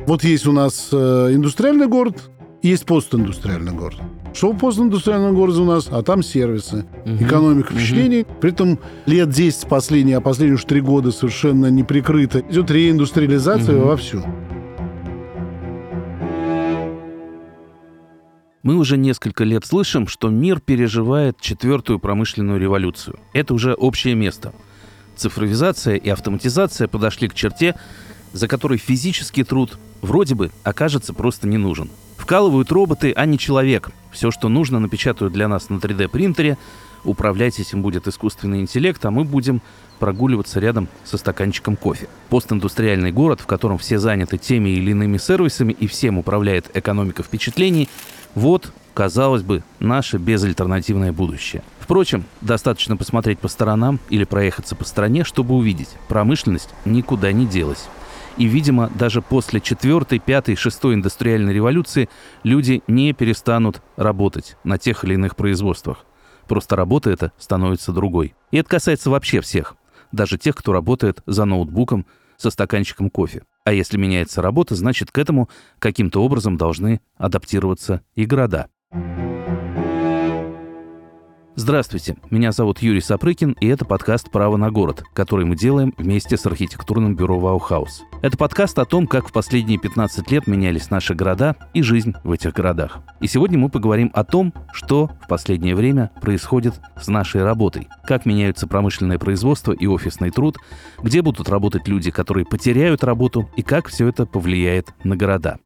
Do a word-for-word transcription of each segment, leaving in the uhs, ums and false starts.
Вот есть у нас э, индустриальный город, есть постиндустриальный город. Что в постиндустриальном городе у нас? А там сервисы, угу. экономика впечатлений. Угу. При этом лет десять последние, а последние уж три года совершенно не прикрыто. Идет реиндустриализация угу. вовсю. Мы уже несколько лет слышим, что мир переживает четвертую промышленную революцию. Это уже общее место. Цифровизация и автоматизация подошли к черте, за которой физический труд вроде бы окажется просто не нужен. Вкалывают роботы, а не человек. Все, что нужно, напечатают для нас на три дэ-принтере. Управлять этим будет искусственный интеллект, а мы будем прогуливаться рядом со стаканчиком кофе. Постиндустриальный город, в котором все заняты теми или иными сервисами и всем управляет экономика впечатлений, вот, казалось бы, наше безальтернативное будущее. Впрочем, достаточно посмотреть по сторонам или проехаться по стране, чтобы увидеть, промышленность никуда не делась. И, видимо, даже после четвертой, пятой, шестой индустриальной революции люди не перестанут работать на тех или иных производствах. Просто работа эта становится другой. И это касается вообще всех. Даже тех, кто работает за ноутбуком со стаканчиком кофе. А если меняется работа, значит, к этому каким-то образом должны адаптироваться и города. Здравствуйте, меня зовут Юрий Сапрыкин, и это подкаст «Право на город», который мы делаем вместе с архитектурным бюро «Ваухаус». Это подкаст о том, как в последние пятнадцать лет менялись наши города и жизнь в этих городах. И сегодня мы поговорим о том, что в последнее время происходит с нашей работой, как меняются промышленное производство и офисный труд, где будут работать люди, которые потеряют работу, и как все это повлияет на города.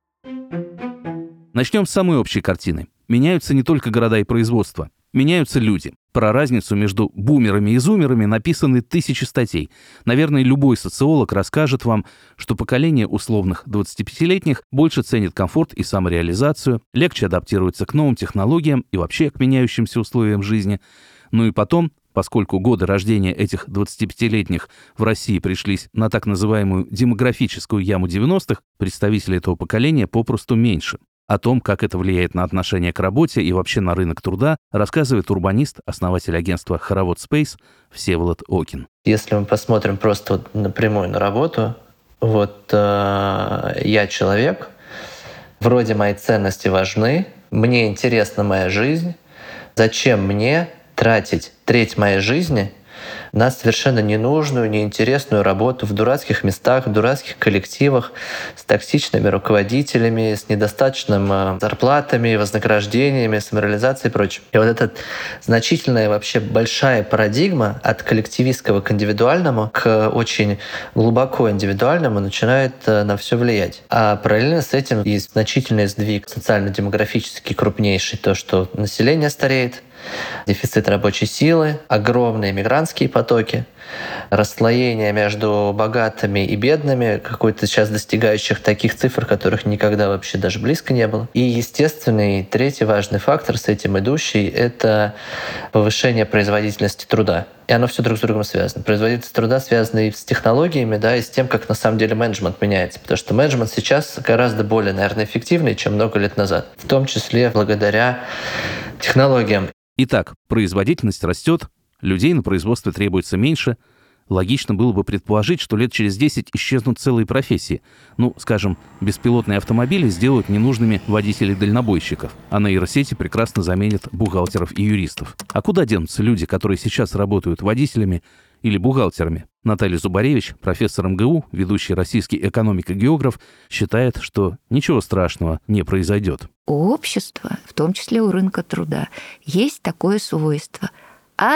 Начнем с самой общей картины. Меняются не только города и производство. Меняются люди. Про разницу между бумерами и зумерами написаны тысячи статей. Наверное, любой социолог расскажет вам, что поколение условных двадцатипятилетних больше ценит комфорт и самореализацию, легче адаптируется к новым технологиям и вообще к меняющимся условиям жизни. Ну и потом, поскольку годы рождения этих двадцатипятилетних в России пришлись на так называемую демографическую яму девяностых, представителей этого поколения попросту меньше. О том, как это влияет на отношение к работе и вообще на рынок труда, рассказывает урбанист, основатель агентства «Хоровод Спейс» Всеволод Окин. Если мы посмотрим просто вот напрямую на работу, вот э, я человек, вроде мои ценности важны, мне интересна моя жизнь, зачем мне тратить треть моей жизни на совершенно ненужную, неинтересную работу в дурацких местах, в дурацких коллективах, с токсичными руководителями, с недостаточными зарплатами, вознаграждениями, самореализацией и прочим. И вот эта значительная, вообще большая парадигма от коллективистского к индивидуальному к очень глубоко индивидуальному начинает на все влиять. А параллельно с этим есть значительный сдвиг социально-демографический крупнейший, то, что население стареет, дефицит рабочей силы, огромные мигрантские потоки, расслоение между богатыми и бедными, какой-то сейчас достигающих таких цифр, которых никогда вообще даже близко не было. И естественный третий важный фактор с этим идущий — это повышение производительности труда. И оно все друг с другом связано. Производительность труда связана и с технологиями, да, и с тем, как на самом деле менеджмент меняется. Потому что менеджмент сейчас гораздо более, наверное, эффективный, чем много лет назад. В том числе благодаря технологиям. Итак, производительность растет, людей на производстве требуется меньше. Логично было бы предположить, что лет через десять исчезнут целые профессии. Ну, скажем, беспилотные автомобили сделают ненужными водителей-дальнобойщиков, а нейросети прекрасно заменят бухгалтеров и юристов. А куда денутся люди, которые сейчас работают водителями или бухгалтерами? Наталья Зубаревич, профессор эм гэ у, ведущий российский экономик-географ, считает, что ничего страшного не произойдет. У общества, в том числе у рынка труда, есть такое свойство –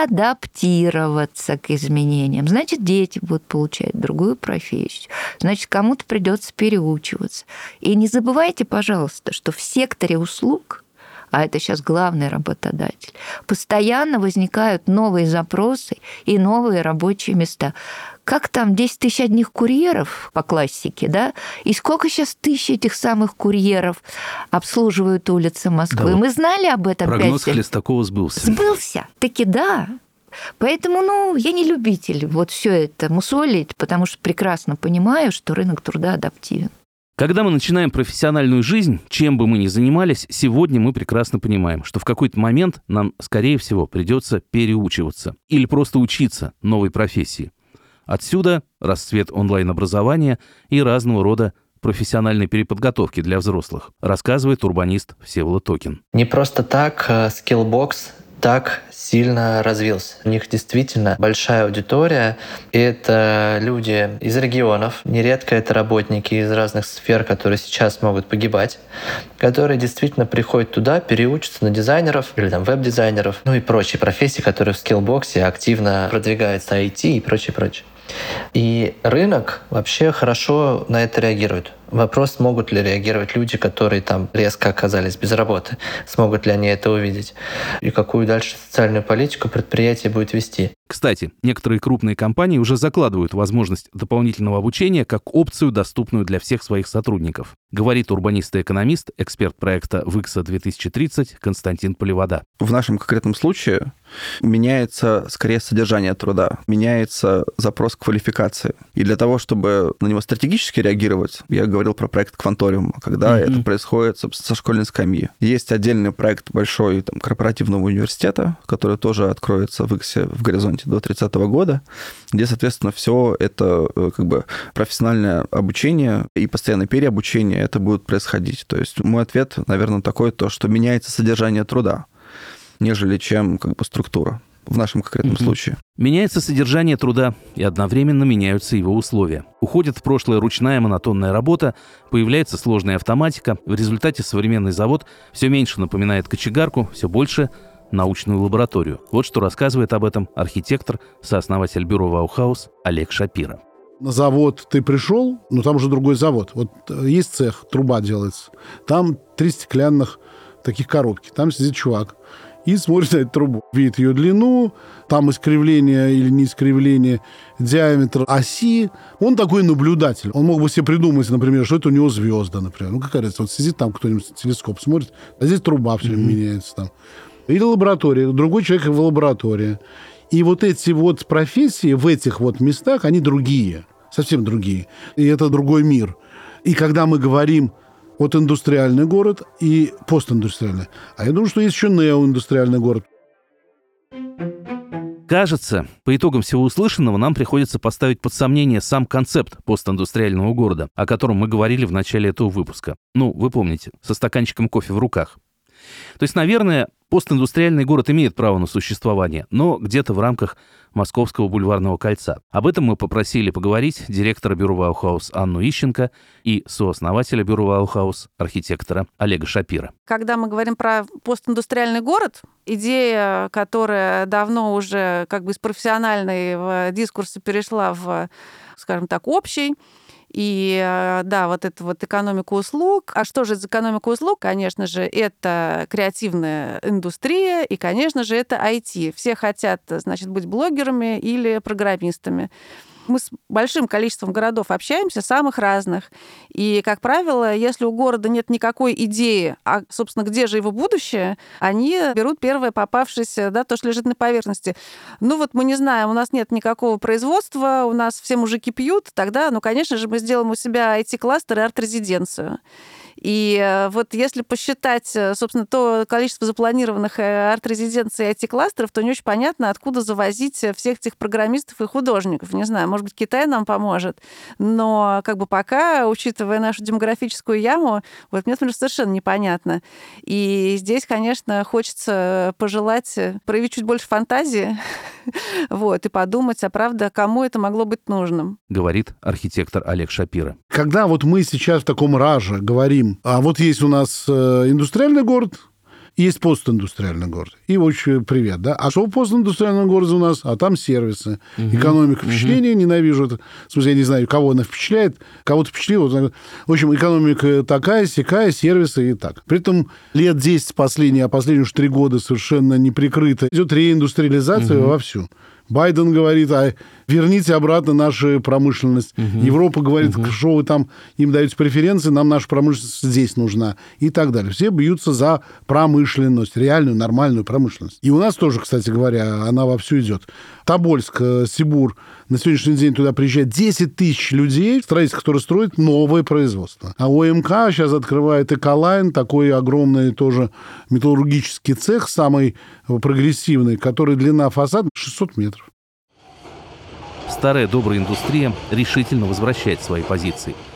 адаптироваться к изменениям. Значит, дети будут получать другую профессию. Значит, кому-то придется переучиваться. И не забывайте, пожалуйста, что в секторе услуг, а это сейчас главный работодатель, постоянно возникают новые запросы и новые рабочие места. Как там десять тысяч одних курьеров по классике, да? И сколько сейчас тысяч этих самых курьеров обслуживают улицы Москвы? Да, мы знали об этом. Прогноз Хлестакова сбылся. Сбылся. Таки да. Поэтому, ну, я не любитель вот все это мусолить, потому что прекрасно понимаю, что рынок труда адаптивен. Когда мы начинаем профессиональную жизнь, чем бы мы ни занимались, сегодня мы прекрасно понимаем, что в какой-то момент нам, скорее всего, придется переучиваться или просто учиться новой профессии. Отсюда расцвет онлайн-образования и разного рода профессиональной переподготовки для взрослых, рассказывает урбанист Всеволод Окин. Не просто так Skillbox так сильно развился. У них действительно большая аудитория. И это люди из регионов. Нередко это работники из разных сфер, которые сейчас могут погибать, которые действительно приходят туда, переучатся на дизайнеров или там веб-дизайнеров, ну и прочие профессии, которые в Skillbox активно продвигаются, ай ти и прочее, прочее. И рынок вообще хорошо на это реагирует. Вопрос, могут ли реагировать люди, которые там резко оказались без работы, смогут ли они это увидеть, и какую дальше социальную политику предприятие будет вести. Кстати, некоторые крупные компании уже закладывают возможность дополнительного обучения как опцию, доступную для всех своих сотрудников, говорит урбанист и экономист, эксперт проекта ВИКСа две тысячи тридцать Константин Поливода. В нашем конкретном случае меняется скорее содержание труда, меняется запрос квалификации. И для того, чтобы на него стратегически реагировать, я говорил про проект «Кванториум», когда mm-hmm. это происходит со школьной скамьи. Есть отдельный проект большой там, корпоративного университета, который тоже откроется в ИКСе в горизонте до тридцатого года, где, соответственно, все это как бы профессиональное обучение и постоянное переобучение это будет происходить. То есть мой ответ, наверное, такой, то, что меняется содержание труда, нежели чем как бы структура в нашем конкретном mm-hmm. случае. Меняется содержание труда, и одновременно меняются его условия. Уходит в прошлое ручная монотонная работа, появляется сложная автоматика. В результате современный завод все меньше напоминает кочегарку, все больше научную лабораторию. Вот что рассказывает об этом архитектор, сооснователь бюро Ваухаус Олег Шапира. На завод ты пришел, но там уже другой завод. Вот есть цех, труба делается. Там три стеклянных таких коробки. Там сидит чувак и смотрит на эту трубу. Видит ее длину, там искривление или не искривление, диаметр оси. Он такой наблюдатель. Он мог бы себе придумать, например, что это у него звезда, например. Ну, какая разница, вот сидит там кто-нибудь, телескоп смотрит, а здесь труба все время mm-hmm. меняется там. Или лаборатория, другой человек в лаборатории. И вот эти вот профессии в этих вот местах, они другие, совсем другие. И это другой мир. И когда мы говорим вот индустриальный город и постиндустриальный, а я думаю, что есть еще неоиндустриальный город. Кажется, по итогам всего услышанного нам приходится поставить под сомнение сам концепт постиндустриального города, о котором мы говорили в начале этого выпуска. Ну, вы помните, со стаканчиком кофе в руках. То есть, наверное, постиндустриальный город имеет право на существование, но где-то в рамках Московского бульварного кольца. Об этом мы попросили поговорить директора бюро Ваухаус Анну Ищенко и сооснователя бюро Ваухаус, архитектора Олега Шапира. Когда мы говорим про постиндустриальный город, идея, которая давно уже как бы из профессиональной дискурса перешла в, скажем так, общий, и да, вот это вот экономика услуг. А что же за экономика услуг? Конечно же, это креативная индустрия, и, конечно же, это ай ти. Все хотят, значит, быть блогерами или программистами. Мы с большим количеством городов общаемся, самых разных. И, как правило, если у города нет никакой идеи, а, собственно, где же его будущее, они берут первое попавшееся, да, то, что лежит на поверхности. Ну вот мы не знаем, у нас нет никакого производства, у нас все мужики пьют, тогда, ну, конечно же, мы сделаем у себя ай ти-кластер и арт-резиденцию. И вот если посчитать, собственно, то количество запланированных арт-резиденций и ай ти-кластеров, то не очень понятно, откуда завозить всех этих программистов и художников. Не знаю, может быть, Китай нам поможет. Но как бы пока, учитывая нашу демографическую яму, вот мне, например, совершенно непонятно. И здесь, конечно, хочется пожелать проявить чуть больше фантазии вот, и подумать, а правда, кому это могло быть нужным. Говорит архитектор Олег Шапира. Когда вот мы сейчас в таком раже говорим, а вот есть у нас индустриальный город, есть постиндустриальный город. И очень привет, да? А что в постиндустриальном городе у нас? А там сервисы. Угу. Экономика впечатления, угу. ненавижу это. В смысле, я не знаю, кого она впечатляет, кого-то впечатлило. В общем, экономика такая, сякая, сервисы и так. При этом лет десять последние, а последние уж три года совершенно неприкрыто идет реиндустриализация угу. вовсю. Байден говорит, а верните обратно нашу промышленность. Угу. Европа говорит, угу. что вы там им даете преференции, нам наша промышленность здесь нужна. И так далее. Все бьются за промышленность, реальную, нормальную промышленность. И у нас тоже, кстати говоря, она вовсю идет. Тобольск, Сибур, на сегодняшний день туда приезжает десять тысяч людей, строители, которые строят новое производство. А ОМК сейчас открывает Эколайн, такой огромный тоже металлургический цех, самый прогрессивный, который длина фасада шестьсот метров. Старая добрая индустрия решительно возвращает свои позиции.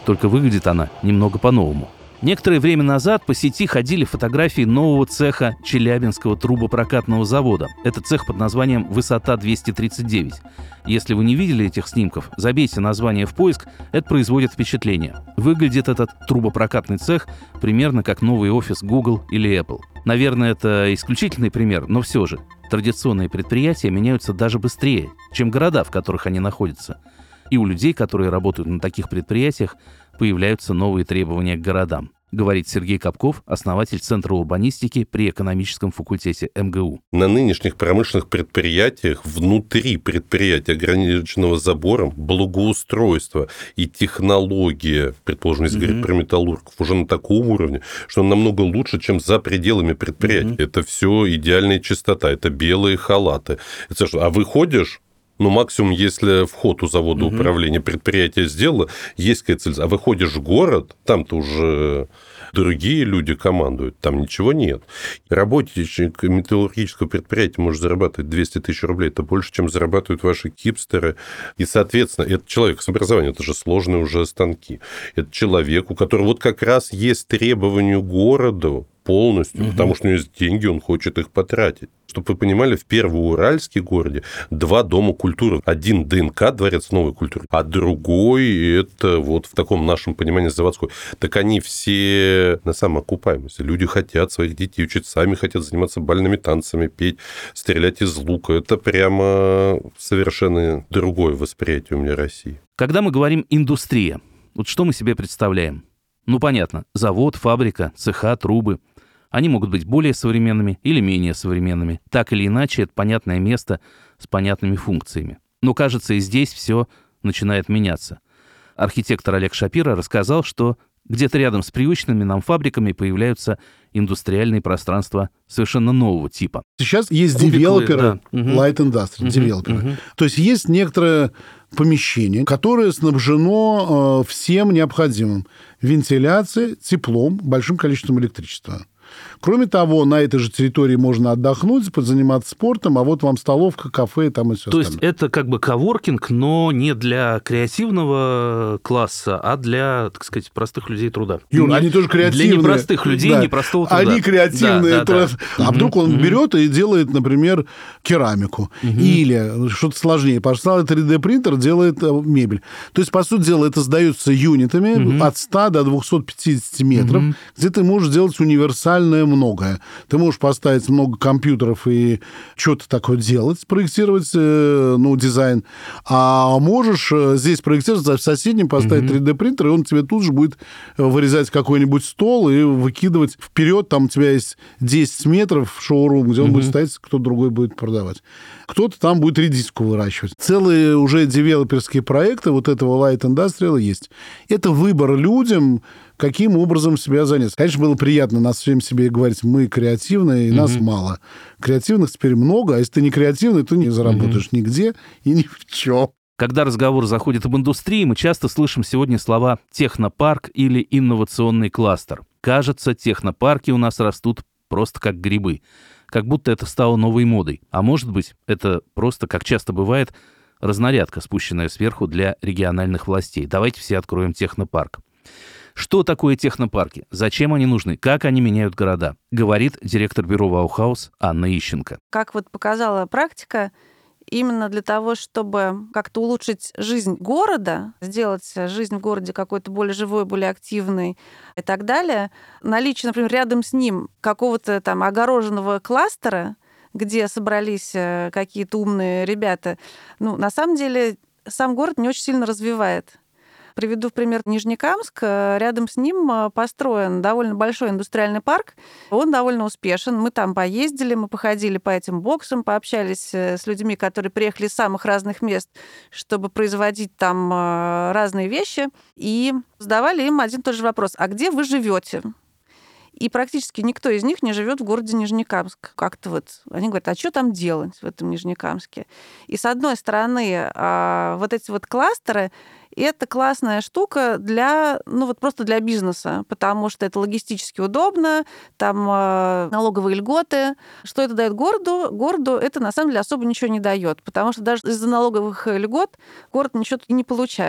только выглядит она немного по-новому. Некоторое время назад по сети ходили фотографии нового цеха Челябинского трубопрокатного завода. Это цех под названием «Высота двести тридцать девять». Если вы не видели этих снимков, забейте название в поиск, это производит впечатление. Выглядит этот трубопрокатный цех примерно как новый офис Google или Apple. Наверное, это исключительный пример, но все же. Традиционные предприятия меняются даже быстрее, чем города, в которых они находятся. И у людей, которые работают на таких предприятиях, появляются новые требования к городам, говорит Сергей Капков, основатель Центра урбанистики при экономическом факультете эм гэ у. На нынешних промышленных предприятиях внутри предприятия, ограниченного забором, благоустройство и технология, предположим, если mm-hmm. говорить про металлургов, уже на таком уровне, что он намного лучше, чем за пределами предприятия. Mm-hmm. Это все идеальная чистота, это белые халаты. Это что? А выходишь... Ну, максимум, если вход у завода угу. управления предприятие сделало, есть какая-то цель. А выходишь в город, там-то уже другие люди командуют, там ничего нет. Работник металлургического предприятия может зарабатывать двести тысяч рублей. Это больше, чем зарабатывают ваши кипстеры. И, соответственно, это человек с образованием, это же сложные уже станки. Это человек, у которого вот как раз есть требования городу полностью, угу. потому что у него есть деньги, он хочет их потратить. Чтобы вы понимали, в Первоуральске городе два дома культуры. Один ДНК, дворец новой культуры, а другой это вот в таком нашем понимании заводской. Так они все на самоокупаемости. Люди хотят своих детей учить, сами хотят заниматься бальными танцами, петь, стрелять из лука. Это прямо совершенно другое восприятие у меня России. Когда мы говорим «индустрия», вот что мы себе представляем? Ну, понятно, завод, фабрика, цеха, трубы. Они могут быть более современными или менее современными. Так или иначе, это понятное место с понятными функциями. Но, кажется, и здесь все начинает меняться. Архитектор Олег Шапира рассказал, что где-то рядом с привычными нам фабриками появляются индустриальные пространства совершенно нового типа. Сейчас есть Кубиклы, девелоперы, да. light industry, Угу, девелоперы. угу. То есть есть некоторое помещение, которое снабжено э, всем необходимым. Вентиляцией, теплом, большим количеством электричества. Кроме того, на этой же территории можно отдохнуть, позаниматься спортом, а вот вам столовка, кафе там и все То остальное. есть это как бы коворкинг, но не для креативного класса, а для, так сказать, простых людей труда. Юр, не, они тоже креативные. Для непростых людей, да. непростого труда. Они креативные. Да, да, да. А вдруг он угу. берет и делает, например, керамику. Угу. Или что-то сложнее. Пошла три дэ-принтер, делает мебель. То есть, по сути дела, это сдается юнитами угу. от ста до двухсот пятидесяти метров, угу. где ты можешь делать универсальное многое. Ты можешь поставить много компьютеров и что-то такое делать, проектировать, ну, дизайн. А можешь здесь проектировать, в соседнем поставить mm-hmm. три дэ-принтер, и он тебе тут же будет вырезать какой-нибудь стол и выкидывать вперед. Там у тебя есть десять метров шоурум, где он mm-hmm. будет стоять, кто-то другой будет продавать. Кто-то там будет редиску выращивать. Целые уже девелоперские проекты вот этого light industrial есть. Это выбор людям, каким образом себя занять. Конечно, было приятно нас всем себе говорить, мы креативные, и mm-hmm. нас мало. Креативных теперь много, а если ты не креативный, то не заработаешь mm-hmm. нигде и ни в чем. Когда разговор заходит об индустрии, мы часто слышим сегодня слова «технопарк» или «инновационный кластер». Кажется, технопарки у нас растут просто как грибы. Как будто это стало новой модой. А может быть, это просто, как часто бывает, разнарядка, спущенная сверху для региональных властей. Давайте все откроем технопарк. Что такое технопарки? Зачем они нужны? Как они меняют города? Говорит директор бюро Баухаус Анна Ищенко. Как вот показала практика, именно для того, чтобы как-то улучшить жизнь города, сделать жизнь в городе какой-то более живой, более активной и так далее, наличие, например, рядом с ним какого-то там огороженного кластера, где собрались какие-то умные ребята, ну, на самом деле, сам город не очень сильно развивает. Приведу в пример Нижнекамск. Рядом с ним построен довольно большой индустриальный парк. Он довольно успешен. Мы там поездили, мы походили по этим боксам, пообщались с людьми, которые приехали из самых разных мест, чтобы производить там разные вещи. И задавали им один и тот же вопрос. А где вы живете? И практически никто из них не живет в городе Нижнекамск. Как-то вот они говорят, а что там делать в этом Нижнекамске? И с одной стороны, вот эти вот кластеры — это классная штука для, ну вот просто для бизнеса, потому что это логистически удобно, там налоговые льготы. Что это дает городу? Городу это на самом деле особо ничего не дает, потому что даже из-за налоговых льгот город ничего не получает.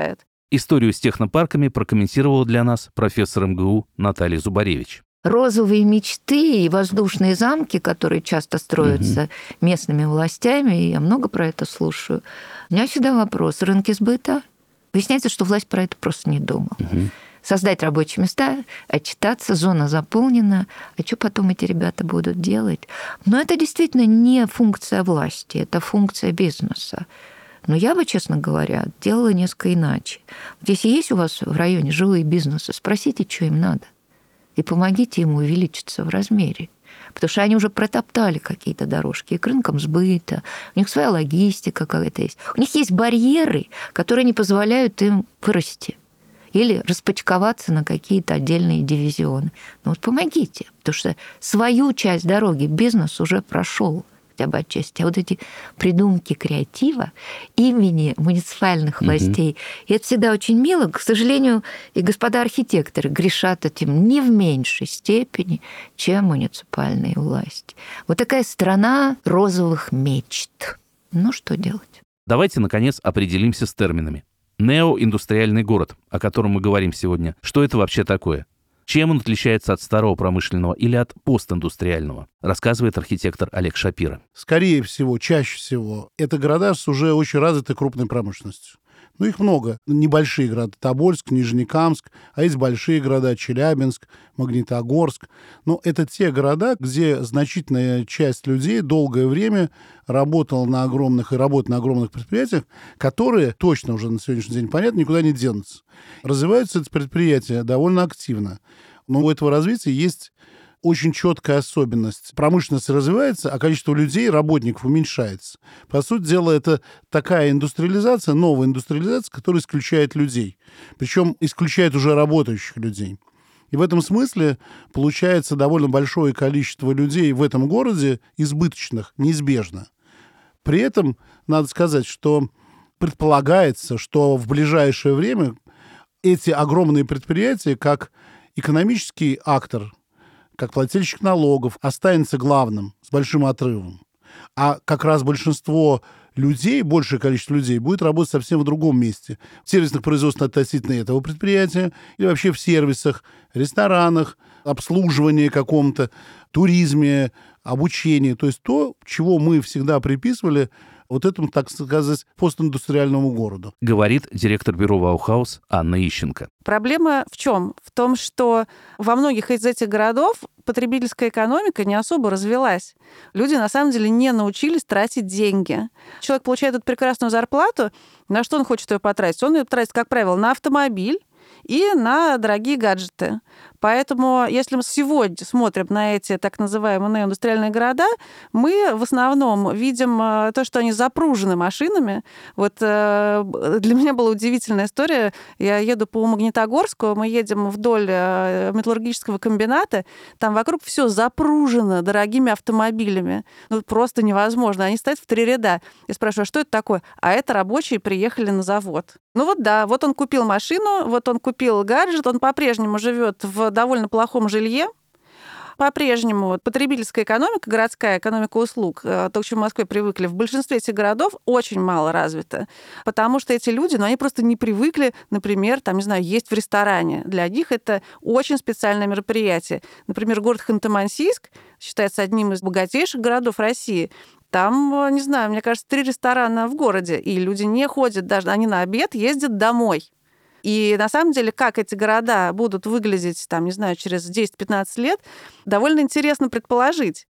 Историю с технопарками прокомментировала для нас профессор эм гэ у Наталья Зубаревич. Розовые мечты и воздушные замки, которые часто строятся угу. местными властями, и я много про это слушаю. У меня всегда вопрос: рынки сбыта? Выясняется, что власть про это просто не думала. Угу. Создать рабочие места, отчитаться, зона заполнена. А что потом эти ребята будут делать? Но это действительно не функция власти, это функция бизнеса. Но я бы, честно говоря, делала несколько иначе. Вот если есть у вас в районе жилые бизнесы, спросите, что им надо. И помогите ему увеличиться в размере. Потому что они уже протоптали какие-то дорожки и к рынкам сбыта. У них своя логистика какая-то есть. У них есть барьеры, которые не позволяют им вырасти или распочковаться на какие-то отдельные дивизионы. Ну вот помогите, потому что свою часть дороги бизнес уже прошел. Хотя бы отчасти. А вот эти придумки креатива имени муниципальных властей, mm-hmm. и это всегда очень мило. К сожалению, и господа архитекторы грешат этим не в меньшей степени, чем муниципальные власти. Вот такая страна розовых мечт. Ну, что делать? Давайте, наконец, определимся с терминами. Неоиндустриальный город, о котором мы говорим сегодня. Что это вообще такое? Чем он отличается от старого промышленного или от постиндустриального, рассказывает архитектор Олег Шапира. Скорее всего, чаще всего, это города с уже очень развитой крупной промышленностью. Ну, их много. Небольшие города. Тобольск, Нижнекамск, а есть большие города. Челябинск, Магнитогорск. Но это те города, где значительная часть людей долгое время работала на огромных и работает на огромных предприятиях, которые, точно уже на сегодняшний день понятно, никуда не денутся. Развиваются эти предприятия довольно активно. Но у этого развития есть очень четкая особенность. Промышленность развивается, а количество людей, работников уменьшается. По сути дела, это такая индустриализация, новая индустриализация, которая исключает людей. Причем исключает уже работающих людей. И в этом смысле получается довольно большое количество людей в этом городе избыточных, неизбежно. При этом надо сказать, что предполагается, что в ближайшее время эти огромные предприятия, как экономический актор, как плательщик налогов, останется главным, с большим отрывом. А как раз большинство людей, большее количество людей, будет работать совсем в другом месте. В сервисных производствах относительно этого предприятия или вообще в сервисах, ресторанах, обслуживании каком-то, туризме, обучении. То есть то, чего мы всегда приписывали вот этому, так сказать, постиндустриальному городу. Говорит директор бюро Баухаус Анна Ищенко. Проблема в чем? В том, что во многих из этих городов потребительская экономика не особо развилась. Люди, на самом деле, не научились тратить деньги. Человек получает эту прекрасную зарплату, на что он хочет ее потратить? Он ее тратит, как правило, на автомобиль и на дорогие гаджеты. Поэтому, если мы сегодня смотрим на эти так называемые неоиндустриальные города, мы в основном видим то, что они запружены машинами. Вот для меня была удивительная история. Я еду по Магнитогорску, мы едем вдоль металлургического комбината, там вокруг все запружено дорогими автомобилями. Ну, просто невозможно. Они стоят в три ряда. Я спрашиваю, а что это такое? А это рабочие приехали на завод. Ну вот да, вот он купил машину, вот он купил гаджет, он по-прежнему живет в довольно плохом жилье. По-прежнему вот, потребительская экономика, городская экономика услуг, то, к чему в Москве привыкли, в большинстве этих городов очень мало развита. Потому что эти люди, ну, они просто не привыкли, например, там, не знаю, есть в ресторане. Для них это очень специальное мероприятие. Например, город Ханты-Мансийск считается одним из богатейших городов России. Там, не знаю, мне кажется, три ресторана в городе, и люди не ходят даже, они на обед ездят домой. И на самом деле, как эти города будут выглядеть, там, не знаю, через десять-пятнадцать лет, довольно интересно предположить.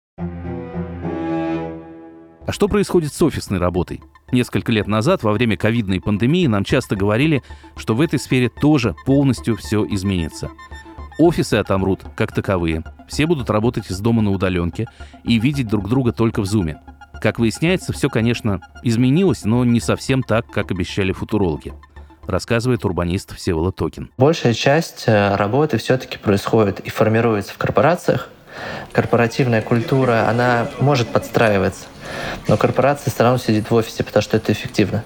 А что происходит с офисной работой? Несколько лет назад, во время ковидной пандемии, нам часто говорили, что в этой сфере тоже полностью все изменится. Офисы отомрут, как таковые. Все будут работать из дома на удаленке и видеть друг друга только в зуме. Как выясняется, все, конечно, изменилось, но не совсем так, как обещали футурологи, рассказывает урбанист Всеволод Токин. Большая часть работы все-таки происходит и формируется в корпорациях. Корпоративная культура, она может подстраиваться, но корпорация все равно сидит в офисе, потому что это эффективно.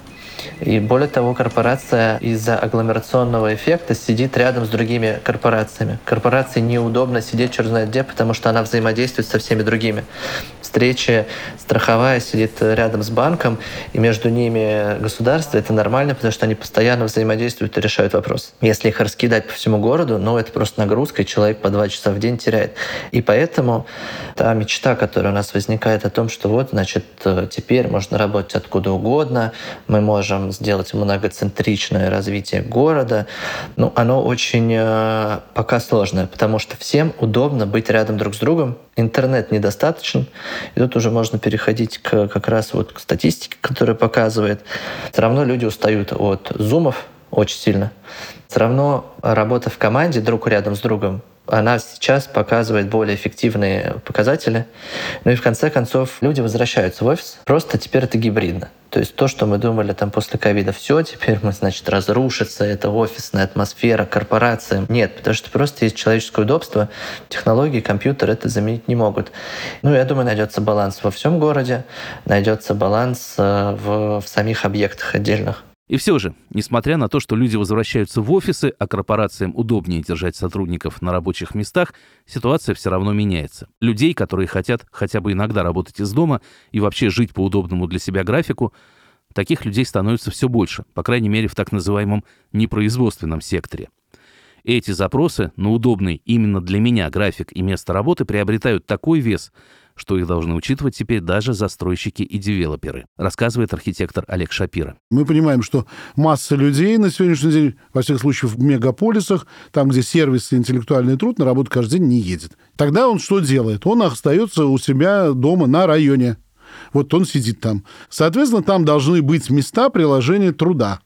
И более того, корпорация из-за агломерационного эффекта сидит рядом с другими корпорациями. Корпорации неудобно сидеть черт знает где, потому что она взаимодействует со всеми другими. Встречи страховая сидит рядом с банком, и между ними государство. Это нормально, потому что они постоянно взаимодействуют и решают вопрос. Если их раскидать по всему городу, ну, это просто нагрузка, и человек по два часа в день теряет. И поэтому та мечта, которая у нас возникает о том, что вот, значит, теперь можно работать откуда угодно, мы можем сделать многоцентричное развитие города, ну, оно очень э, пока сложное, потому что всем удобно быть рядом друг с другом, интернет недостаточен, и тут уже можно переходить к, как раз вот к статистике, которая показывает, все равно люди устают от зумов очень сильно. Все равно работа в команде друг рядом с другом, она сейчас показывает более эффективные показатели. Ну и в конце концов люди возвращаются в офис. Просто теперь это гибридно. То есть то, что мы думали там после ковида, все, теперь мы, значит, разрушится эта офисная атмосфера, корпорация. Нет, потому что просто есть человеческое удобство. Технологии, компьютер это заменить не могут. Ну, я думаю, найдется баланс во всем городе, найдется баланс в, в самих объектах отдельных. И все же, несмотря на то, что люди возвращаются в офисы, а корпорациям удобнее держать сотрудников на рабочих местах, ситуация все равно меняется. Людей, которые хотят хотя бы иногда работать из дома и вообще жить по удобному для себя графику, таких людей становится все больше, по крайней мере в так называемом непроизводственном секторе. Эти запросы на удобный именно для меня график и место работы приобретают такой вес, что их должны учитывать теперь даже застройщики и девелоперы, рассказывает архитектор Олег Шапира. Мы понимаем, что масса людей на сегодняшний день, во всех случаях в мегаполисах, там, где сервис и интеллектуальный труд, на работу каждый день не едет. Тогда он что делает? Он остается у себя дома на районе. Вот он сидит там. Соответственно, там должны быть места приложения труда.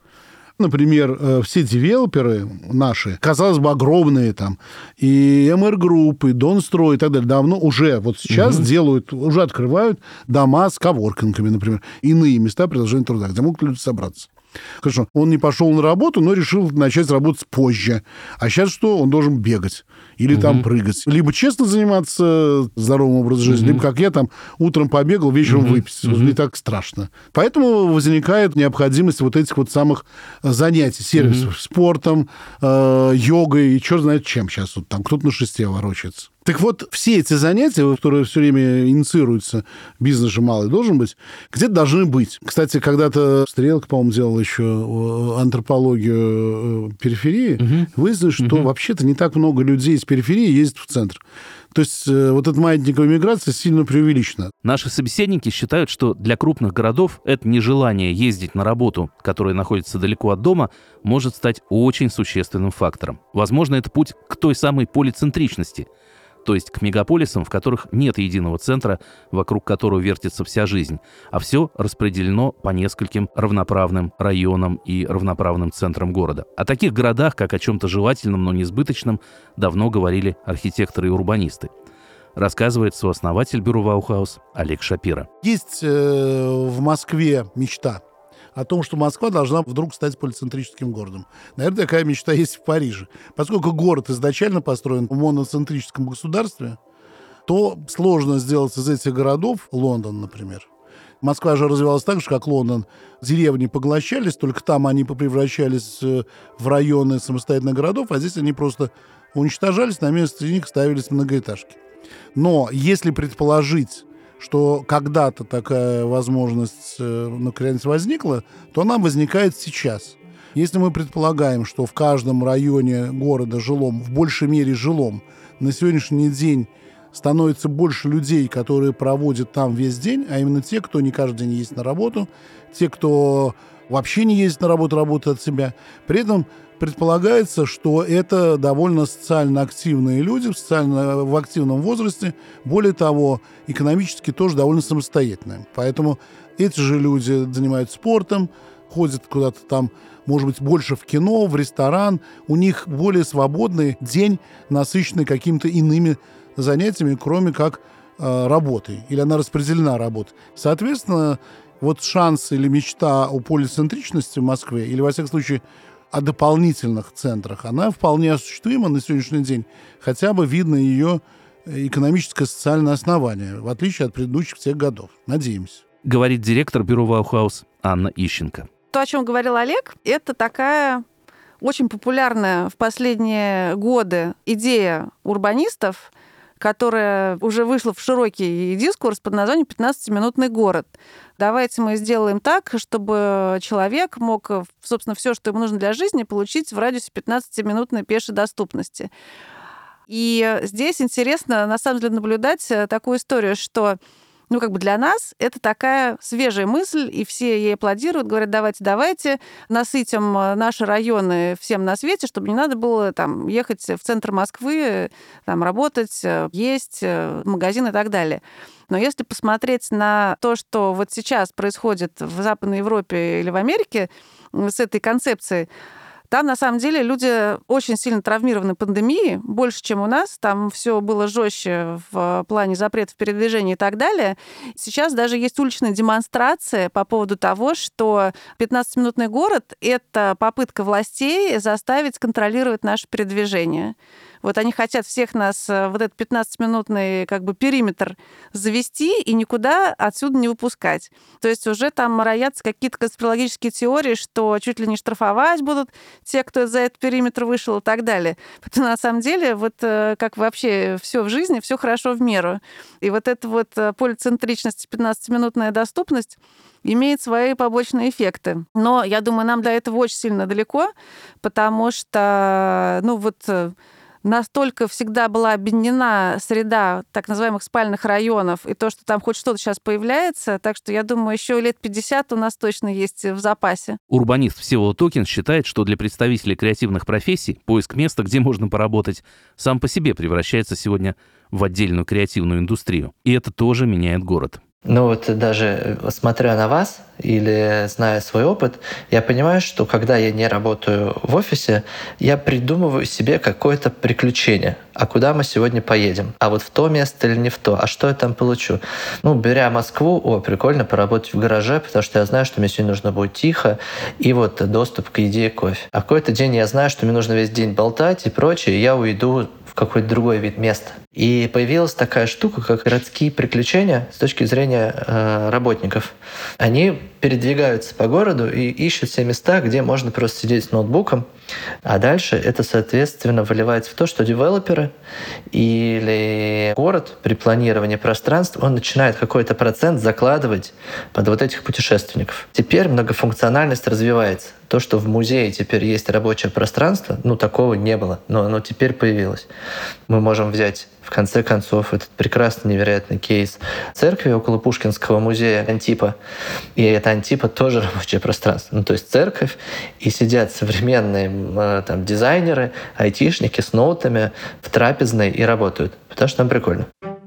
Например, все девелоперы наши, казалось бы, огромные там, и эм эр Group, и Донстрой и так далее, давно уже, вот сейчас угу. делают, уже открывают дома с коворкингами, например, иные места приложения труда, где могут люди собраться. Хорошо, он не пошел на работу, но решил начать работать позже. А сейчас что? Он должен бегать или угу. там прыгать. Либо честно заниматься здоровым образом жизни, угу. либо, как я, там утром побегал, вечером угу. выписал. Угу. Не так страшно. Поэтому возникает необходимость вот этих вот самых занятий, сервисов, угу. спортом, э, йогой и черт знает чем сейчас. Вот там кто-то на шесте ворочается. Так вот, все эти занятия, которые все время инициируются, бизнес же малый должен быть, где-то должны быть. Кстати, когда-то Стрелка, по-моему, делал еще антропологию периферии, угу. выяснилось, что угу. вообще-то не так много людей из периферии ездит в центр. То есть вот эта маятниковая миграция сильно преувеличена. Наши собеседники считают, что для крупных городов это нежелание ездить на работу, которая находится далеко от дома, может стать очень существенным фактором. Возможно, это путь к той самой полицентричности, то есть к мегаполисам, в которых нет единого центра, вокруг которого вертится вся жизнь, а все распределено по нескольким равноправным районам и равноправным центрам города. О таких городах, как о чем-то желательном, но несбыточном, давно говорили архитекторы и урбанисты. Рассказывает сооснователь бюро Баухаус Олег Шапира. Есть э, в Москве мечта о том, что Москва должна вдруг стать полицентрическим городом. Наверное, такая мечта есть в Париже. Поскольку город изначально построен в моноцентрическом государстве, то сложно сделать из этих городов Лондон, например. Москва же развивалась так же, как Лондон. Деревни поглощались, только там они превращались в районы самостоятельных городов, а здесь они просто уничтожались, на место них ставились многоэтажки. Но если предположить, что когда-то такая возможность, наконец, возникла, то она возникает сейчас. Если мы предполагаем, что в каждом районе города жилом, в большей мере жилом, на сегодняшний день становится больше людей, которые проводят там весь день, а именно те, кто не каждый день ездит на работу, те, кто вообще не ездит на работу, работает от себя. При этом предполагается, что это довольно социально активные люди, в социально в активном возрасте. Более того, экономически тоже довольно самостоятельные. Поэтому эти же люди занимаются спортом, ходят куда-то там, может быть, больше в кино, в ресторан. У них более свободный день, насыщенный какими-то иными занятиями, кроме как э, работой. Или она распределена работой. Соответственно, вот шанс или мечта о полицентричности в Москве, или, во всяком случае, о дополнительных центрах, она вполне осуществима на сегодняшний день. Хотя бы видно ее экономическое и социальное основание, в отличие от предыдущих всех годов. Надеемся. Говорит директор бюро Баухаус Анна Ищенко. То, о чем говорил Олег, это такая очень популярная в последние годы идея урбанистов, которая уже вышла в широкий дискурс под названием «пятнадцатиминутный город». Давайте мы сделаем так, чтобы человек мог, собственно, все, что ему нужно для жизни, получить в радиусе пятнадцатиминутной пешей доступности. И здесь интересно, на самом деле, наблюдать такую историю, что ну, как бы для нас это такая свежая мысль, и все ей аплодируют, говорят, давайте, давайте, насытим наши районы всем на свете, чтобы не надо было там ехать в центр Москвы, там работать, есть, в магазин и так далее. Но если посмотреть на то, что вот сейчас происходит в Западной Европе или в Америке с этой концепцией, там, на самом деле, люди очень сильно травмированы пандемией, больше, чем у нас. Там все было жестче в плане запретов передвижения и так далее. Сейчас даже есть уличная демонстрация по поводу того, что пятнадцатиминутный город — это попытка властей заставить контролировать наше передвижение. Вот они хотят всех нас в вот этот пятнадцатиминутный как бы периметр завести и никуда отсюда не выпускать. То есть уже там роятся какие-то конспирологические теории, что чуть ли не штрафовать будут те, кто за этот периметр вышел и так далее. Потому на самом деле вот как вообще все в жизни, все хорошо в меру. И вот эта вот полицентричность, пятнадцатиминутная доступность имеет свои побочные эффекты. Но я думаю, нам до этого очень сильно далеко, потому что, ну вот, настолько всегда была объединена среда так называемых спальных районов, и то, что там хоть что-то сейчас появляется, так что я думаю, еще лет пятьдесят у нас точно есть в запасе. Урбанист Всеволод Окин считает, что для представителей креативных профессий поиск места, где можно поработать, сам по себе превращается сегодня в отдельную креативную индустрию. И это тоже меняет город. Ну вот даже смотря на вас или зная свой опыт, я понимаю, что когда я не работаю в офисе, я придумываю себе какое-то приключение. А куда мы сегодня поедем? А вот в то место или не в то? А что я там получу? Ну, беря Москву, о, прикольно поработать в гараже, потому что я знаю, что мне сегодня нужно будет тихо, и вот доступ к еде и кофе. А какой-то день я знаю, что мне нужно весь день болтать и прочее, и я уйду в какой-то другой вид места. И появилась такая штука, как городские приключения с точки зрения э, работников. Они передвигаются по городу и ищут все места, где можно просто сидеть с ноутбуком. А дальше это, соответственно, выливается в то, что девелоперы или город при планировании пространств, он начинает какой-то процент закладывать под вот этих путешественников. Теперь многофункциональность развивается. То, что в музее теперь есть рабочее пространство, ну, такого не было, но оно теперь появилось. Мы можем взять, в конце концов, этот прекрасный, невероятный кейс церкви около Пушкинского музея Антипа. И это Антипа тоже рабочее пространство. Ну, то есть церковь, и сидят современные там, дизайнеры, айтишники с ноутами в трапезной и работают. Потому что там прикольно.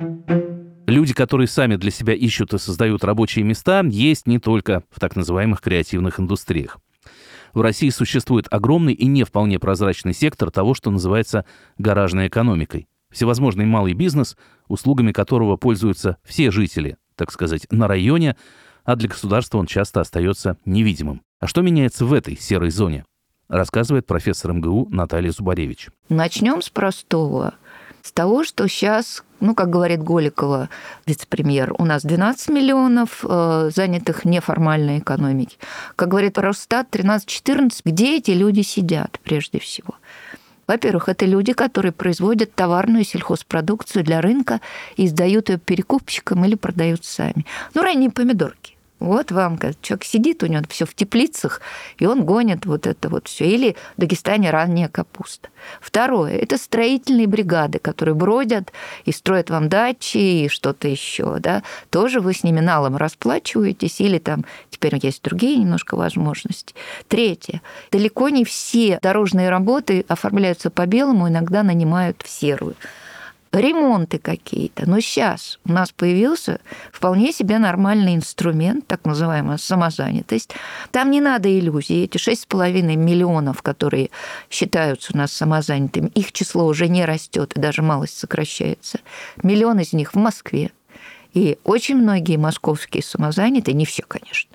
Люди, которые сами для себя ищут и создают рабочие места, есть не только в так называемых креативных индустриях. В России существует огромный и не вполне прозрачный сектор того, что называется гаражной экономикой. Всевозможный малый бизнес, услугами которого пользуются все жители, так сказать, на районе, а для государства он часто остается невидимым. А что меняется в этой серой зоне? Рассказывает профессор эм гэ у Наталья Зубаревич. Начнем с простого. С того, что сейчас, ну, как говорит Голикова, вице-премьер, у нас двенадцать миллионов э, занятых в неформальной экономике. Как говорит Росстат, тринадцать-четырнадцать, где эти люди сидят прежде всего? Во-первых, это люди, которые производят товарную сельхозпродукцию для рынка и сдают ее перекупщикам или продают сами. Ну, ранние помидорки. Вот вам, человек сидит, у него все в теплицах, и он гонит вот это вот все. Или в Дагестане ранняя капуста. Второе – это строительные бригады, которые бродят и строят вам дачи и что-то еще. Да? Тоже вы с ними налом расплачиваетесь, или там теперь есть другие немножко возможности. Третье – далеко не все дорожные работы оформляются по-белому, иногда нанимают в серую. Ремонты какие-то. Но сейчас у нас появился вполне себе нормальный инструмент, так называемая самозанятость. Там не надо иллюзий. Эти шесть с половиной миллионов, которые считаются у нас самозанятыми, их число уже не растет и даже малость сокращается. Миллион из них в Москве. И очень многие московские самозанятые, не все, конечно,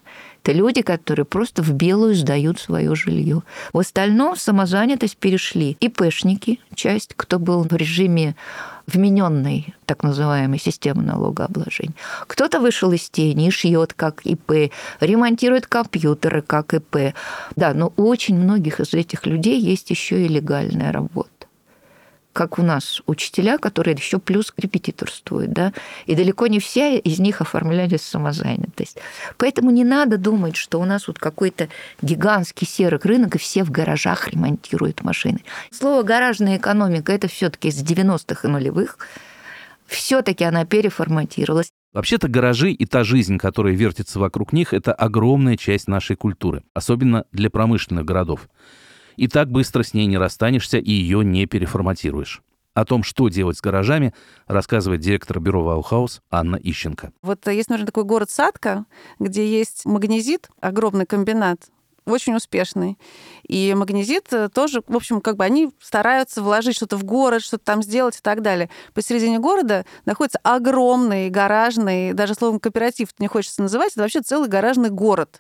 Это люди, которые просто в белую сдают свое жилье. В остальном в самозанятость перешли ИПшники, часть, кто был в режиме вмененной так называемой системы налогообложения. Кто-то вышел из тени и шьет как ИП, ремонтирует компьютеры как ИП. Да, но у очень многих из этих людей есть еще и легальная работа. Как у нас учителя, которые еще плюс репетиторствуют, да, и далеко не все из них оформляли самозанятость. Поэтому не надо думать, что у нас вот какой-то гигантский серый рынок, и все в гаражах ремонтируют машины. Слово «гаражная экономика» – это все-таки из девяностых и нулевых. Все-таки она переформатировалась. Вообще-то гаражи и та жизнь, которая вертится вокруг них, это огромная часть нашей культуры, особенно для промышленных городов. И так быстро с ней не расстанешься и ее не переформатируешь. О том, что делать с гаражами, рассказывает директор бюро Баухаус Анна Ищенко. Вот есть, например, такой город Сатка, где есть магнезит, огромный комбинат, очень успешный. И магнезит тоже, в общем, как бы они стараются вложить что-то в город, что-то там сделать и так далее. Посередине города находится огромный гаражный, даже словом кооператив не хочется называть, это вообще целый гаражный город.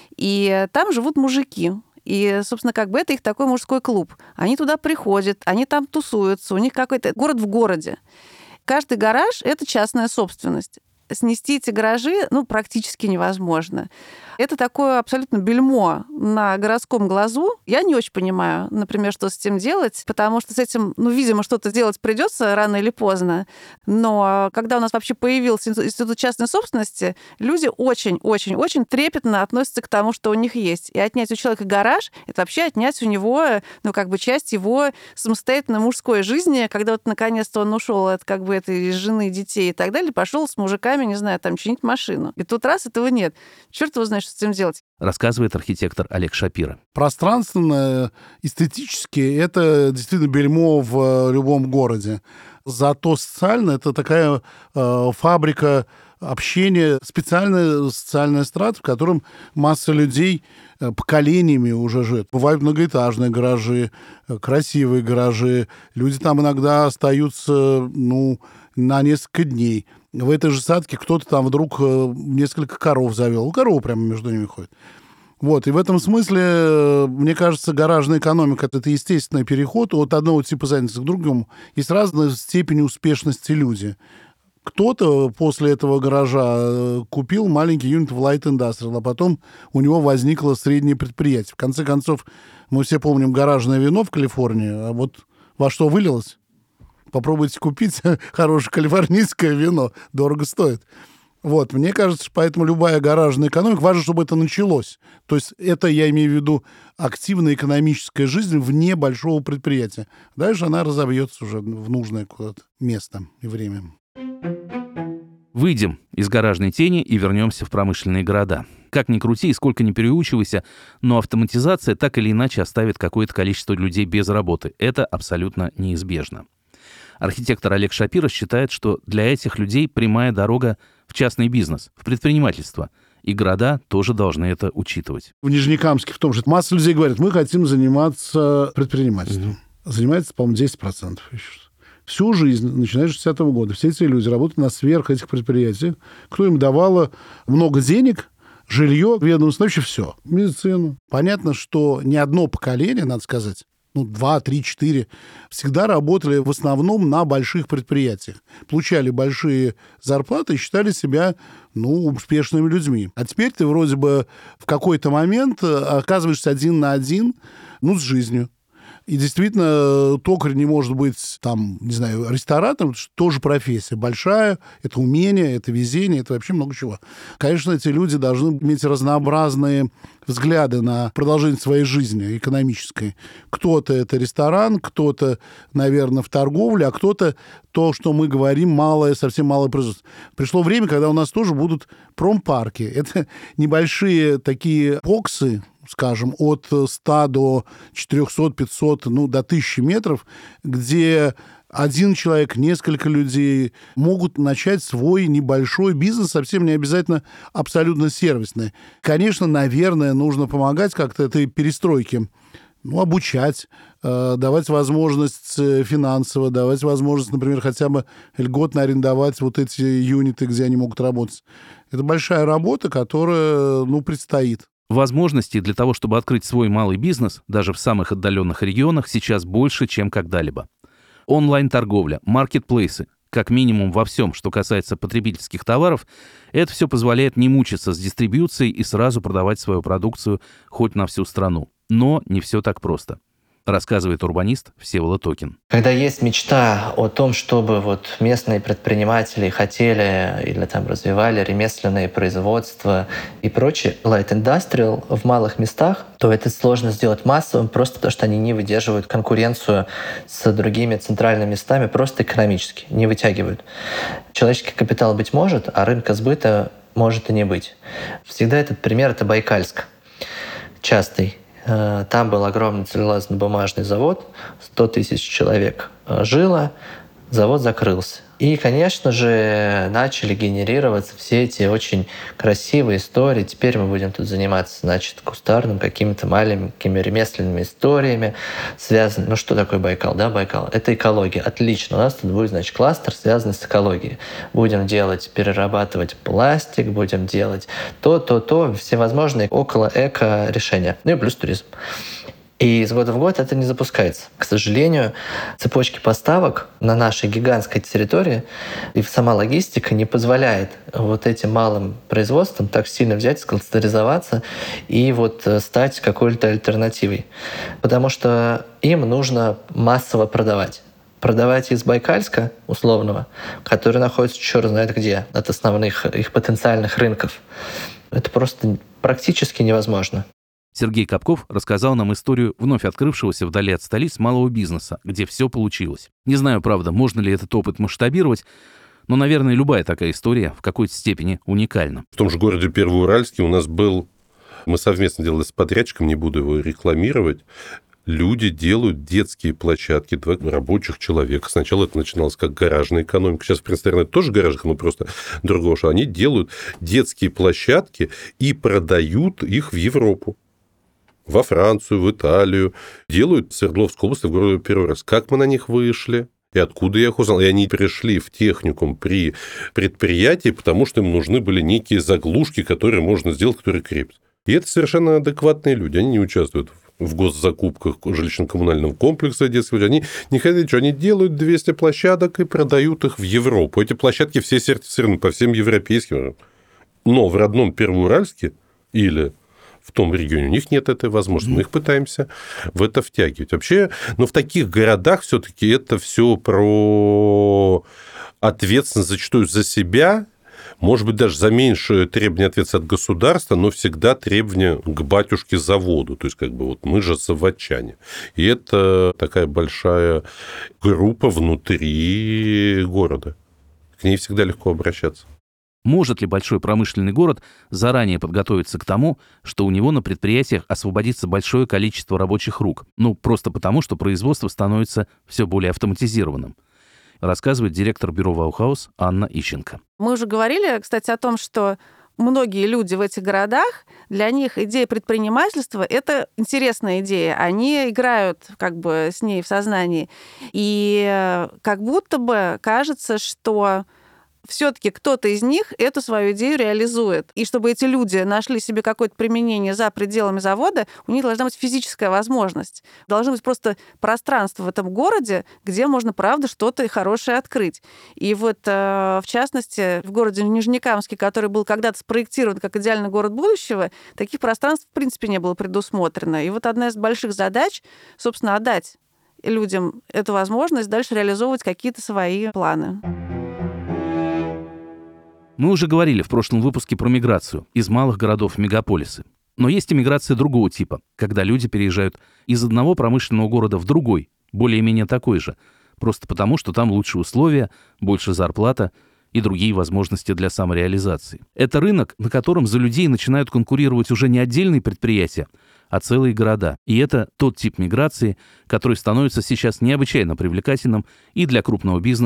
И там живут мужики. И, собственно, как бы это их такой мужской клуб. Они туда приходят, они там тусуются, у них какой-то город в городе. Каждый гараж – это частная собственность. Снести эти гаражи, ну, практически невозможно. Это такое абсолютно бельмо на городском глазу. Я не очень понимаю, например, что с этим делать, потому что с этим, ну, видимо, что-то делать придется рано или поздно. Но когда у нас вообще появился институт частной собственности, люди очень-очень-очень трепетно относятся к тому, что у них есть. И отнять у человека гараж – это вообще отнять у него, ну, как бы часть его самостоятельной мужской жизни, когда вот наконец-то он ушел от как бы этой жены, детей и так далее, пошел с мужиками, не знаю, там, чинить машину. И тут раз этого нет. Черт его знает, что с этим делать. Рассказывает архитектор Олег Шапира. Пространственно, эстетически это действительно бельмо в любом городе. Зато социально это такая э, фабрика общения, специальная социальная страта, в котором масса людей э, поколениями уже живет. Бывают многоэтажные гаражи, э, красивые гаражи. Люди там иногда остаются, ну, на несколько дней. В этой же Сатке кто-то там вдруг несколько коров завел. Коровы прямо между ними ходят. Вот. И в этом смысле, мне кажется, гаражная экономика – это естественный переход от одного типа занятости к другому. Есть разная степень успешности люди. Кто-то после этого гаража купил маленький юнит в Light Industrial, а потом у него возникло среднее предприятие. В конце концов, мы все помним гаражное вино в Калифорнии, а вот во что вылилось? Попробуйте купить хорошее калифорнийское вино. Дорого стоит. Вот, мне кажется, поэтому любая гаражная экономика, важно, чтобы это началось. То есть это, я имею в виду, активная экономическая жизнь вне большого предприятия. Дальше она разовьется уже в нужное куда-то место и время. Выйдем из гаражной тени и вернемся в промышленные города. Как ни крути и сколько ни переучивайся, но автоматизация так или иначе оставит какое-то количество людей без работы. Это абсолютно неизбежно. Архитектор Олег Шапира считает, что для этих людей прямая дорога в частный бизнес, в предпринимательство. И города тоже должны это учитывать. В Нижнекамске в том же масса людей говорят, мы хотим заниматься предпринимательством. Mm-hmm. Занимается, по-моему, десять процентов. Всю жизнь, начиная с шестидесятого года, все эти люди работают на сверх этих предприятиях. Кто им давало много денег, жилье, ведомство, вообще все. Медицину. Понятно, что ни одно поколение, надо сказать, ну, два, три, четыре, всегда работали в основном на больших предприятиях. Получали большие зарплаты и считали себя, ну, успешными людьми. А теперь ты вроде бы в какой-то момент оказываешься один на один, ну, с жизнью. И действительно, токарь не может быть, там, не знаю, ресторатором, это тоже профессия большая, это умение, это везение, это вообще много чего. Конечно, эти люди должны иметь разнообразные взгляды на продолжение своей жизни экономической. Кто-то это ресторан, кто-то, наверное, в торговле, а кто-то то, что мы говорим, малое, совсем малое производство. Пришло время, когда у нас тоже будут промпарки. Это небольшие такие боксы, скажем, от ста до четырехсот, пятисот, ну, до тысячи метров, где один человек, несколько людей могут начать свой небольшой бизнес, совсем не обязательно абсолютно сервисный. Конечно, наверное, нужно помогать как-то этой перестройке, ну, обучать, э, давать возможность финансово, давать возможность, например, хотя бы льготно арендовать вот эти юниты, где они могут работать. Это большая работа, которая, ну, предстоит. Возможностей для того, чтобы открыть свой малый бизнес, даже в самых отдаленных регионах, сейчас больше, чем когда-либо. Онлайн-торговля, маркетплейсы, как минимум во всем, что касается потребительских товаров, это все позволяет не мучиться с дистрибьюцией и сразу продавать свою продукцию хоть на всю страну. Но не все так просто, рассказывает урбанист Всеволод Окин. Когда есть мечта о том, чтобы вот местные предприниматели хотели или там развивали ремесленные производства и прочее, light industrial в малых местах, то это сложно сделать массовым, просто потому что они не выдерживают конкуренцию с другими центральными местами, просто экономически, не вытягивают. Человеческий капитал быть может, а рынка сбыта может и не быть. Всегда этот пример — это Байкальск. Частый. Там был огромный целлюлозно-бумажный завод, сто тысяч человек жило, завод закрылся. И, конечно же, начали генерироваться все эти очень красивые истории. Теперь мы будем тут заниматься, значит, кустарным, какими-то маленькими ремесленными историями, связанными... Ну, что такое Байкал? Да, Байкал? Это экология. Отлично. У нас тут будет, значит, кластер, связанный с экологией. Будем делать, перерабатывать пластик, будем делать то, то, то, всевозможные около-эко решения. Ну и плюс туризм. И из года в год это не запускается. К сожалению, цепочки поставок на нашей гигантской территории и сама логистика не позволяет вот этим малым производствам так сильно взять, скластеризоваться и вот стать какой-то альтернативой. Потому что им нужно массово продавать. Продавать из Байкальска, условного, который находится черт знает где, от основных их потенциальных рынков, это просто практически невозможно. Сергей Капков рассказал нам историю вновь открывшегося вдали от столиц малого бизнеса, где все получилось. Не знаю, правда, можно ли этот опыт масштабировать, но, наверное, любая такая история в какой-то степени уникальна. В том же городе Первоуральске у нас был... Мы совместно делали с подрядчиком, не буду его рекламировать. Люди делают детские площадки, два рабочих человека. Сначала это начиналось как гаражная экономика. Сейчас, в принципе, наверное, это тоже гараж, но просто другого, что они делают детские площадки и продают их в Европу. Во Францию, в Италию. Делают в Свердловской области, в городе Первоуральск. Как мы на них вышли? И откуда я их узнал? И они пришли в техникум при предприятии, потому что им нужны были некие заглушки, которые можно сделать, которые крепятся. И это совершенно адекватные люди. Они не участвуют в госзакупках жилищно-коммунального комплекса детского. Они не хотят, что они делают двести площадок и продают их в Европу. Эти площадки все сертифицированы по всем европейским. Но в родном Первоуральске или в том регионе у них нет этой возможности. Мы их пытаемся в это втягивать. Вообще, но в таких городах все-таки это все про ответственность зачастую за себя, может быть, даже за меньшее требование ответственности от государства, но всегда требования к батюшке-заводу. То есть, как бы вот мы же заводчане. И это такая большая группа внутри города. К ней всегда легко обращаться. Может ли большой промышленный город заранее подготовиться к тому, что у него на предприятиях освободится большое количество рабочих рук? Ну, просто потому, что производство становится все более автоматизированным, рассказывает директор бюро Баухаус Анна Ищенко. Мы уже говорили, кстати, о том, что многие люди в этих городах, для них идея предпринимательства — это интересная идея. Они играют как бы с ней в сознании. И как будто бы кажется, что все-таки кто-то из них эту свою идею реализует. И чтобы эти люди нашли себе какое-то применение за пределами завода, у них должна быть физическая возможность. Должно быть просто пространство в этом городе, где можно, правда, что-то хорошее открыть. И вот, в частности, в городе Нижнекамске, который был когда-то спроектирован как идеальный город будущего, таких пространств, в принципе, не было предусмотрено. И вот одна из больших задач, собственно, отдать людям эту возможность дальше реализовывать какие-то свои планы. Мы уже говорили в прошлом выпуске про миграцию из малых городов в мегаполисы. Но есть и миграция другого типа, когда люди переезжают из одного промышленного города в другой, более-менее такой же, просто потому, что там лучшие условия, больше зарплата и другие возможности для самореализации. Это рынок, на котором за людей начинают конкурировать уже не отдельные предприятия, а целые города. И это тот тип миграции, который становится сейчас необычайно привлекательным и для крупного бизнеса,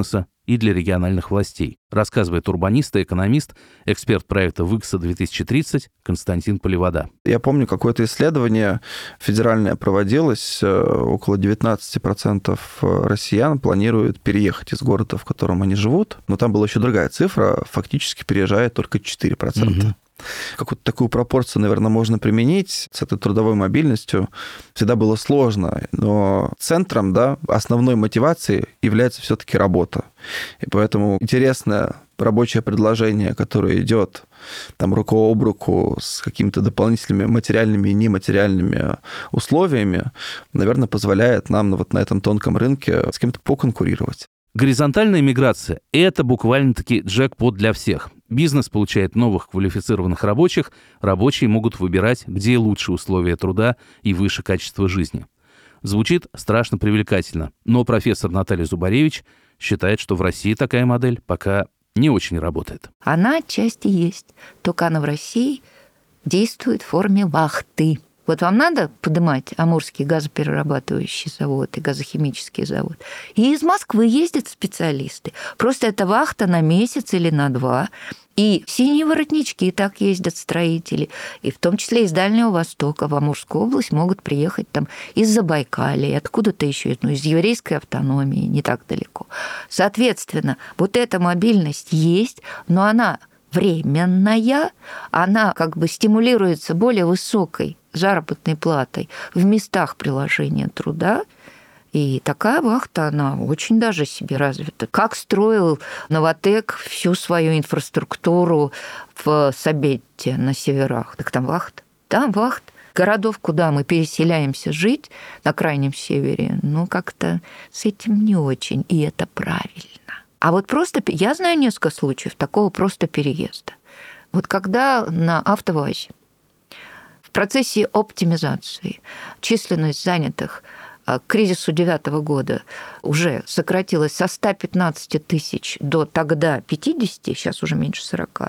и для региональных властей, рассказывает урбанист и экономист, эксперт проекта ВИКСа две тысячи тридцать Константин Поливода. Я помню, какое-то исследование федеральное проводилось. Около девятнадцать процентов россиян планируют переехать из города, в котором они живут. Но там была еще другая цифра. Фактически переезжает только четыре процента. Угу. Какую-то такую пропорцию, наверное, можно применить. С этой трудовой мобильностью всегда было сложно. Но центром, да, основной мотивацией является все-таки работа. И поэтому интересное рабочее предложение, которое идет там рука об руку с какими-то дополнительными материальными и нематериальными условиями, наверное, позволяет нам вот на этом тонком рынке с кем-то поконкурировать. Горизонтальная миграция – это буквально-таки джекпот для всех. Бизнес получает новых квалифицированных рабочих, рабочие могут выбирать, где лучше условия труда и выше качество жизни. Звучит страшно привлекательно, но профессор Наталья Зубаревич считает, что в России такая модель пока не очень работает. Она отчасти есть, только она в России действует в форме вахты. Вот вам надо поднимать Амурский газоперерабатывающий завод и газохимический завод. И из Москвы ездят специалисты. Просто это вахта на месяц или на два. И синие воротнички так ездят строители. И в том числе из Дальнего Востока в Амурскую область могут приехать там из Забайкалья, откуда-то еще, ну, из еврейской автономии, не так далеко. Соответственно, вот эта мобильность есть, но она временная, она как бы стимулируется более высокой заработной платой в местах приложения труда. И такая вахта, она очень даже себе развита. Как строил Новатэк всю свою инфраструктуру в Сабетте на северах, так там вахта. Там вахта. Городов, куда мы переселяемся жить, на крайнем севере, ну, как-то с этим не очень, и это правильно. А вот просто, я знаю несколько случаев такого просто переезда. Вот когда на АвтоВАЗе в процессе оптимизации численность занятых к кризису девятого года уже сократилась со ста пятнадцати тысяч до тогда пятидесяти, сейчас уже меньше сорока,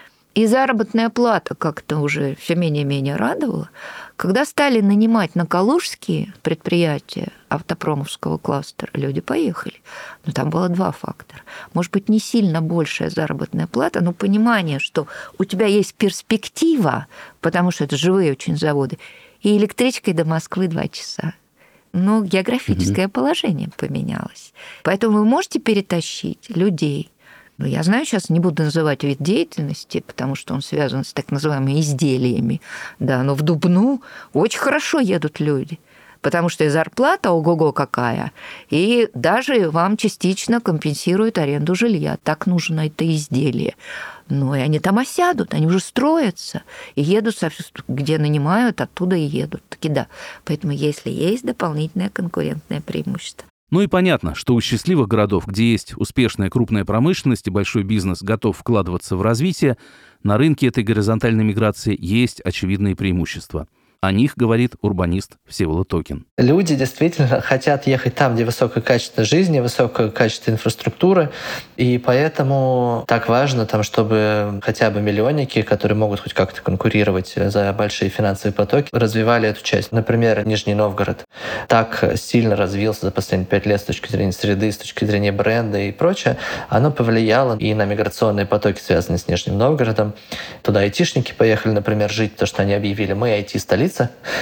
и заработная плата как-то уже все менее-менее радовала, когда стали нанимать на калужские предприятия автопромовского кластера, люди поехали. Но там было два фактора. Может быть, не сильно большая заработная плата, но понимание, что у тебя есть перспектива, потому что это живые очень заводы, и электричкой до Москвы два часа. Но географическое угу. положение поменялось. Поэтому вы можете перетащить людей. Ну, я знаю, сейчас не буду называть вид деятельности, потому что он связан с так называемыми изделиями. Да, но в Дубну очень хорошо едут люди, потому что и зарплата ого-го какая, и даже вам частично компенсируют аренду жилья. Так нужно это изделие. Ну, и они там осядут, они уже строятся, и едут, где нанимают, оттуда и едут. Таки да. Поэтому если есть дополнительное конкурентное преимущество. Ну и понятно, что у счастливых городов, где есть успешная крупная промышленность и большой бизнес готов вкладываться в развитие, на рынке этой горизонтальной миграции есть очевидные преимущества. О них говорит урбанист Всеволод Токин. Люди действительно хотят ехать там, где высокое качество жизни, высокое качество инфраструктуры, и поэтому так важно, там, чтобы хотя бы миллионники, которые могут хоть как-то конкурировать за большие финансовые потоки, развивали эту часть. Например, Нижний Новгород так сильно развился за последние пять лет с точки зрения среды, с точки зрения бренда и прочее. Оно повлияло и на миграционные потоки, связанные с Нижним Новгородом. Туда айтишники поехали, например, жить, потому что они объявили: мы ай ти-столица,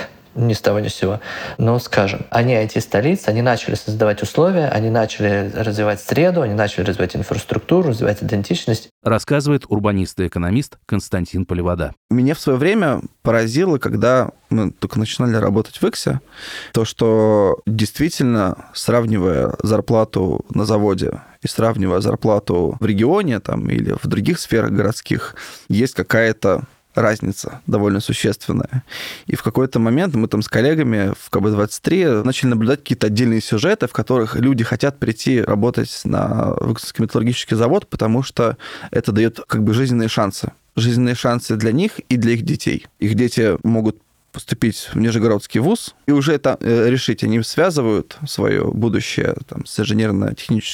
ни с того ни с сего. Но, скажем, они ай ти-столица, они начали создавать условия, они начали развивать среду, они начали развивать инфраструктуру, развивать идентичность. Рассказывает урбанист и экономист Константин Поливода. Меня в свое время поразило, когда мы только начинали работать в ВИКСе, то, что действительно, сравнивая зарплату на заводе и сравнивая зарплату в регионе там, или в других сферах городских, есть какая-то разница довольно существенная. И в какой-то момент мы там с коллегами в ка бэ двадцать три начали наблюдать какие-то отдельные сюжеты, в которых люди хотят прийти работать на Выксовский металлургический завод, потому что это дает как бы жизненные шансы. Жизненные шансы для них и для их детей. Их дети могут поступить в Нижегородский вуз и уже там решить, они связывают свое будущее там, с инженерно-техническим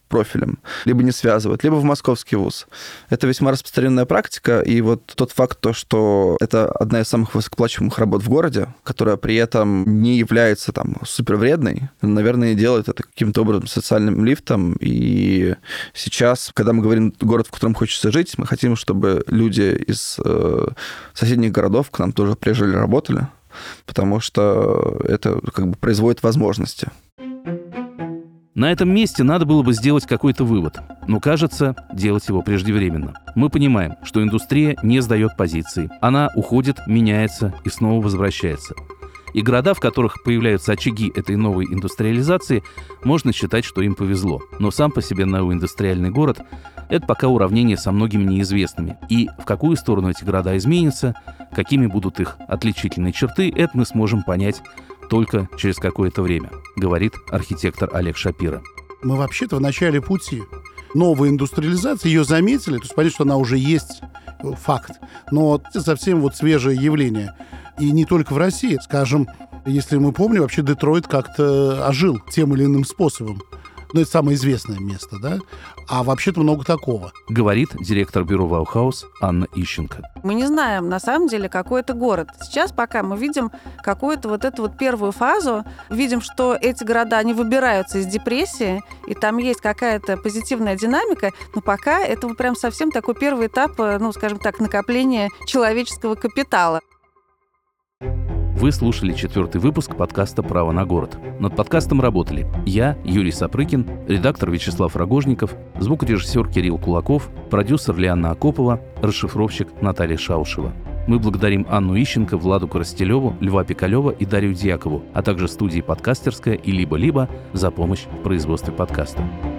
профилем, либо не связывают, либо в московский вуз. Это весьма распространенная практика, и вот тот факт, то, что это одна из самых высокооплачиваемых работ в городе, которая при этом не является там супервредной, наверное, делает это каким-то образом социальным лифтом, и сейчас, когда мы говорим город, в котором хочется жить, мы хотим, чтобы люди из э, соседних городов к нам тоже приезжали, работали, потому что это как бы производит возможности. На этом месте надо было бы сделать какой-то вывод, но, кажется, делать его преждевременно. Мы понимаем, что индустрия не сдает позиции. Она уходит, меняется и снова возвращается. И города, в которых появляются очаги этой новой индустриализации, можно считать, что им повезло. Но сам по себе новый индустриальный город – это пока уравнение со многими неизвестными. И в какую сторону эти города изменятся, какими будут их отличительные черты, это мы сможем понять только через какое-то время, говорит архитектор Олег Шапира. Мы вообще-то в начале пути. Новая индустриализация, ее заметили, то есть понятно, что она уже есть, факт. Но это совсем вот свежее явление. И не только в России. Скажем, если мы помним, вообще Детройт как-то ожил тем или иным способом. Ну, это самое известное место, да? А вообще-то много такого. Говорит директор бюро Баухаус Анна Ищенко. Мы не знаем, на самом деле, какой это город. Сейчас пока мы видим какую-то вот эту вот первую фазу, видим, что эти города, они выбираются из депрессии, и там есть какая-то позитивная динамика, но пока это вот прям совсем такой первый этап, ну, скажем так, накопления человеческого капитала. Вы слушали четвертый выпуск подкаста «Право на город». Над подкастом работали я, Юрий Сапрыкин, редактор Вячеслав Рогожников, звукорежиссер Кирилл Кулаков, продюсер Лианна Акопова, расшифровщик Наталья Шаушева. Мы благодарим Анну Ищенко, Владу Коростелеву, Льва Пикалева и Дарью Дьякову, а также студии «Подкастерская» и «Либо-либо» за помощь в производстве подкаста.